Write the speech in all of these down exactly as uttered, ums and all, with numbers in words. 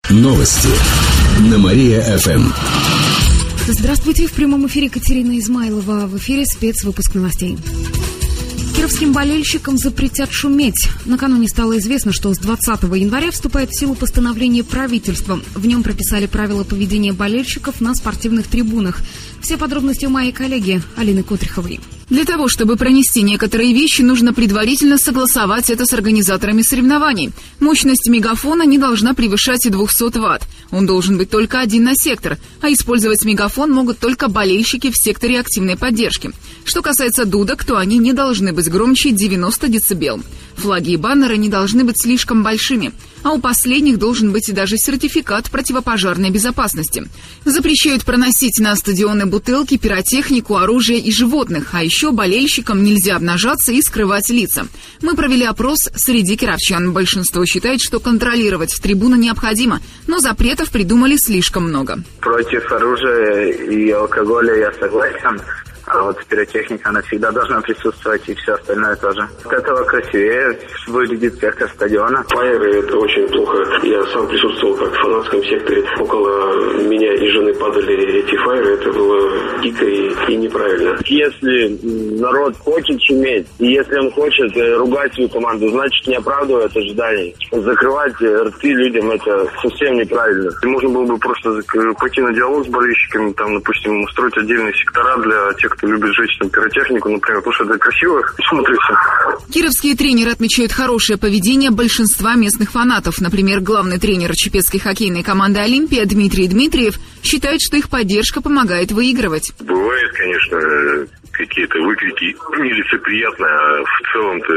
Новости на Мария-ФМ. Здравствуйте, в прямом эфире Катерина Измайлова. В эфире спецвыпуск новостей. Кировским болельщикам запретят шуметь. Накануне стало известно, что с двадцатого января вступает в силу постановление правительства. В нем прописали правила поведения болельщиков на спортивных трибунах. Все подробности у моей коллеги Алины Котриховой. Для того, чтобы пронести некоторые вещи, нужно предварительно согласовать это с организаторами соревнований. Мощность мегафона не должна превышать двухсот ватт. Он должен быть только один на сектор, а использовать мегафон могут только болельщики в секторе активной поддержки. Что касается дудок, то они не должны быть громче девяноста децибел. Флаги и баннеры не должны быть слишком большими, а у последних должен быть и даже сертификат противопожарной безопасности. Запрещают проносить на стадионы бутылки, пиротехнику, оружие и животных, а еще болельщикам нельзя обнажаться и скрывать лица. Мы провели опрос среди кировчан. Большинство считает, что контролировать трибуны необходимо, но запретов придумали слишком много. Против оружия и алкоголя я согласен. А вот пиротехника, она всегда должна присутствовать, и все остальное тоже. От этого красивее выглядит сектор стадиона. Фаеры — это очень плохо. Я сам присутствовал как в фанатском секторе. Около меня и жены падали эти фаеры. Это было дико и, и неправильно. Если народ хочет шуметь, и если он хочет ругать свою команду, значит, не оправдывает ожиданий. Закрывать рты людям — это совсем неправильно. Можно было бы просто пойти на диалог с болельщиками, там, допустим, устроить отдельные сектора для тех, кто любит жечь там пиротехнику, например, потому что это красиво смотрится. Кировские тренеры отмечают хорошее поведение большинства местных фанатов. Например, главный тренер чепецкой хоккейной команды «Олимпия» Дмитрий Дмитриев считает, что их поддержка помогает выигрывать. Бывает, конечно, какие-то выкрики нелицеприятные, а в целом-то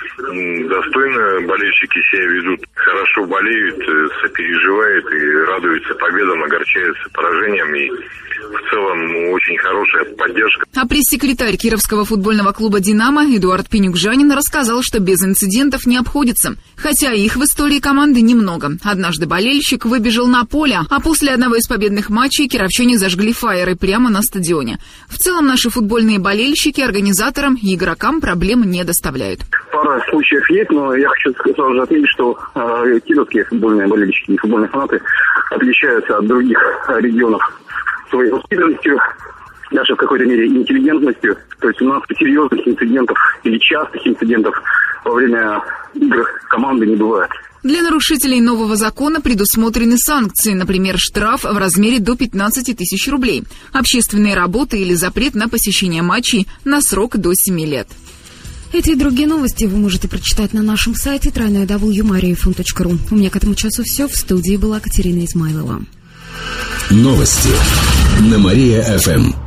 достойно болельщики себя ведут, хорошо болеют, сопереживают и радуются победам, огорчаются поражениям, и в целом очень хорошая поддержка. А пресс-секретарь Кировского футбольного клуба «Динамо» Эдуард Пенюк-Жанин рассказал, что без инцидентов не обходится. Хотя их в истории команды немного. Однажды болельщик выбежал на поле, а после одного из победных матчей кировчане зажгли фаеры прямо на стадионе. В целом наши футбольные болельщики организаторам и игрокам проблем не доставляют. Пара случаев есть, но я хочу сразу же отметить, что э, кировские футбольные болельщики и футбольные фанаты отличаются от других регионов своей воспитанностью, даже в какой-то мере интеллигентностью. То есть у нас серьезных инцидентов или частых инцидентов во время игр команды не бывает. Для нарушителей нового закона предусмотрены санкции, например, штраф в размере до пятнадцати тысяч рублей, общественные работы или запрет на посещение матчей на срок до семи лет. Эти и другие новости вы можете прочитать на нашем сайте дабл ю дабл ю дабл ю точка мария эф эм точка ру. У меня к этому часу все. В студии была Катерина Измайлова. Новости на Мария-ФМ.